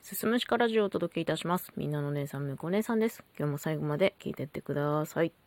すすむしかラジオをお届けいたします。みんなの姉さん、むこ姉さんです。今日も最後まで聞いてってください。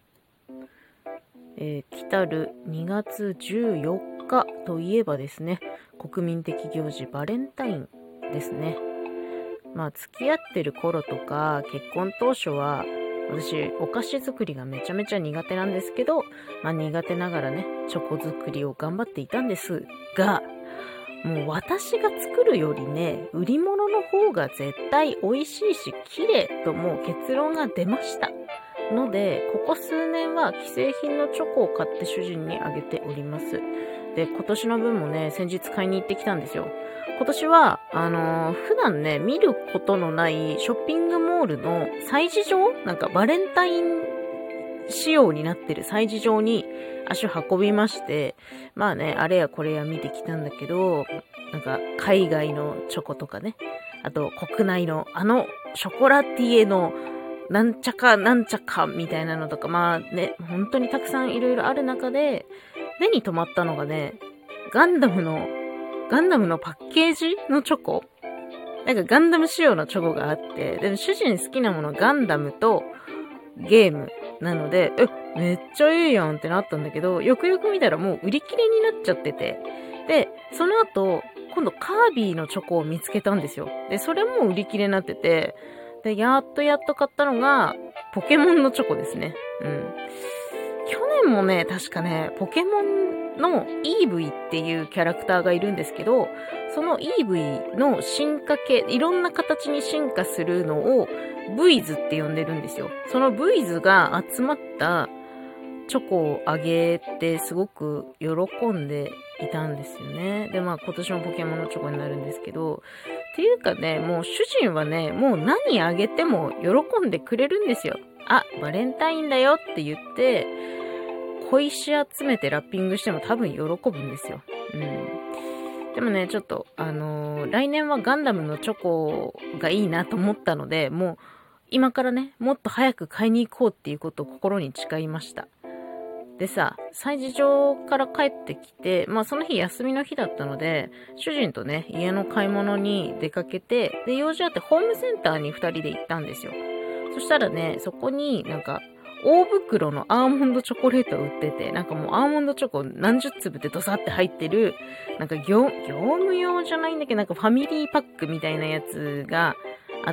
来たる2月14日といえばですね、国民的行事バレンタインですね。付き合ってる頃とか結婚当初は私お菓子作りがめちゃめちゃ苦手なんですけど、苦手ながらねチョコ作りを頑張っていたんですが、もう私が作るよりね、売り物の方が絶対美味しいし綺麗ともう結論が出ましたので、ここ数年は既製品のチョコを買って主人にあげております。で、今年の分もね、先日買いに行ってきたんですよ。今年は普段ね見ることのないショッピングモールの催事場、バレンタイン仕様になってる催事場に足を運びまして、あれやこれや見てきたんだけど、海外のチョコとかね、あと国内のショコラティエのなんちゃかなんちゃかみたいなのとか、本当にたくさんいろいろある中で目に留まったのがね、ガンダムのパッケージのチョコ、ガンダム仕様のチョコがあって、でも主人好きなものガンダムとゲームなので、めっちゃいいやんってなったんだけど、よくよく見たらもう売り切れになっちゃってて、でその後今度カービィのチョコを見つけたんですよ。でそれも売り切れになってて、でやっと買ったのがポケモンのチョコですね。去年もね確かねポケモンのイーブイっていうキャラクターがいるんですけど、そのイーブイの進化系、いろんな形に進化するのをブイズって呼んでるんですよ。そのブイズが集まったチョコをあげてすごく喜んでいたんですよね。で今年もポケモンのチョコになるんですけど、っていうかね、もう主人はね、もう何あげても喜んでくれるんですよ。バレンタインだよって言って小石集めてラッピングしても多分喜ぶんですよ。でもねちょっと来年はガンダムのチョコがいいなと思ったので、もう今からねもっと早く買いに行こうっていうことを心に誓いました。でさ、催事場から帰ってきて、その日休みの日だったので、主人とね家の買い物に出かけて、で用事あってホームセンターに2人で行ったんですよ。そしたらね、そこに大袋のアーモンドチョコレートを売ってて、もうアーモンドチョコ何十粒ってドサって入ってる、業務用じゃないんだけど、ファミリーパックみたいなやつがあって、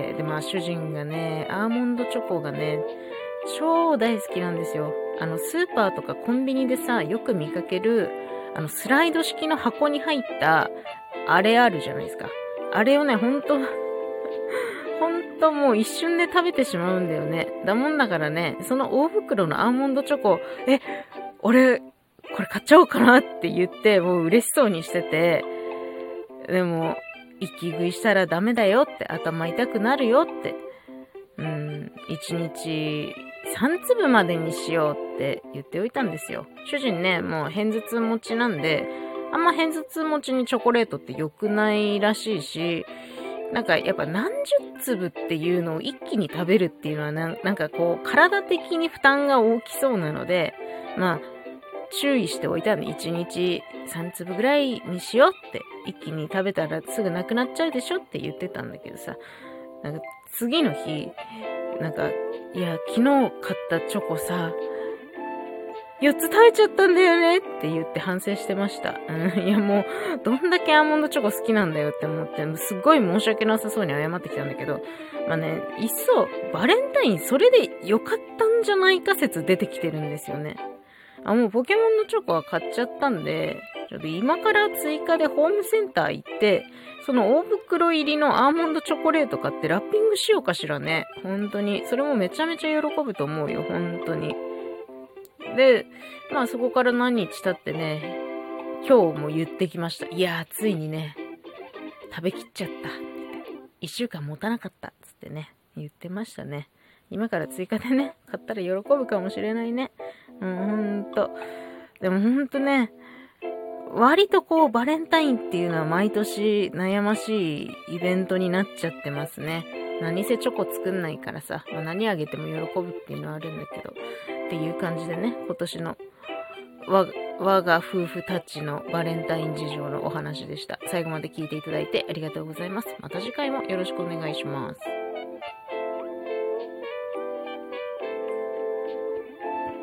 で主人がねアーモンドチョコがね超大好きなんですよ。スーパーとかコンビニでさよく見かけるスライド式の箱に入ったあれあるじゃないですか。あれをねほんともう一瞬で食べてしまうんだよね。だもんだからね、その大袋のアーモンドチョコ、俺これ買っちゃおうかなって言ってもう嬉しそうにしてて、でも息食いしたらダメだよって、頭痛くなるよって、1日3粒までにしようって言っておいたんですよ。主人ねもう片頭痛持ちなんで、あんま片頭痛持ちにチョコレートって良くないらしいし、やっぱ何十粒っていうのを一気に食べるっていうのは体的に負担が大きそうなので、注意しておいたんで、1日3粒ぐらいにしようって、一気に食べたらすぐなくなっちゃうでしょって言ってたんだけどさ、次の日いや昨日買ったチョコさ4つ食べちゃったんだよねって言って反省してました。いやもうどんだけアーモンドチョコ好きなんだよって思って、すっごい申し訳なさそうに謝ってきたんだけど、いっそバレンタインそれでよかったんじゃないか説出てきてるんですよね。もうポケモンのチョコは買っちゃったんで、ちょっと今から追加でホームセンター行ってその大袋入りのアーモンドチョコレート買ってラッピングしようかしらね。本当にそれもめちゃめちゃ喜ぶと思うよ、本当に。でそこから何日経ってね、今日も言ってきました。いやついにね食べきっちゃった1週間持たなかったっつってね言ってましたね。今から追加でね買ったら喜ぶかもしれないね。でもほんとね、割とバレンタインっていうのは毎年悩ましいイベントになっちゃってますね。何せチョコ作んないからさ、何あげても喜ぶっていうのはあるんだけどっていう感じでね、今年の我が夫婦たちのバレンタイン事情のお話でした。最後まで聞いていただいてありがとうございます。また次回もよろしくお願いします。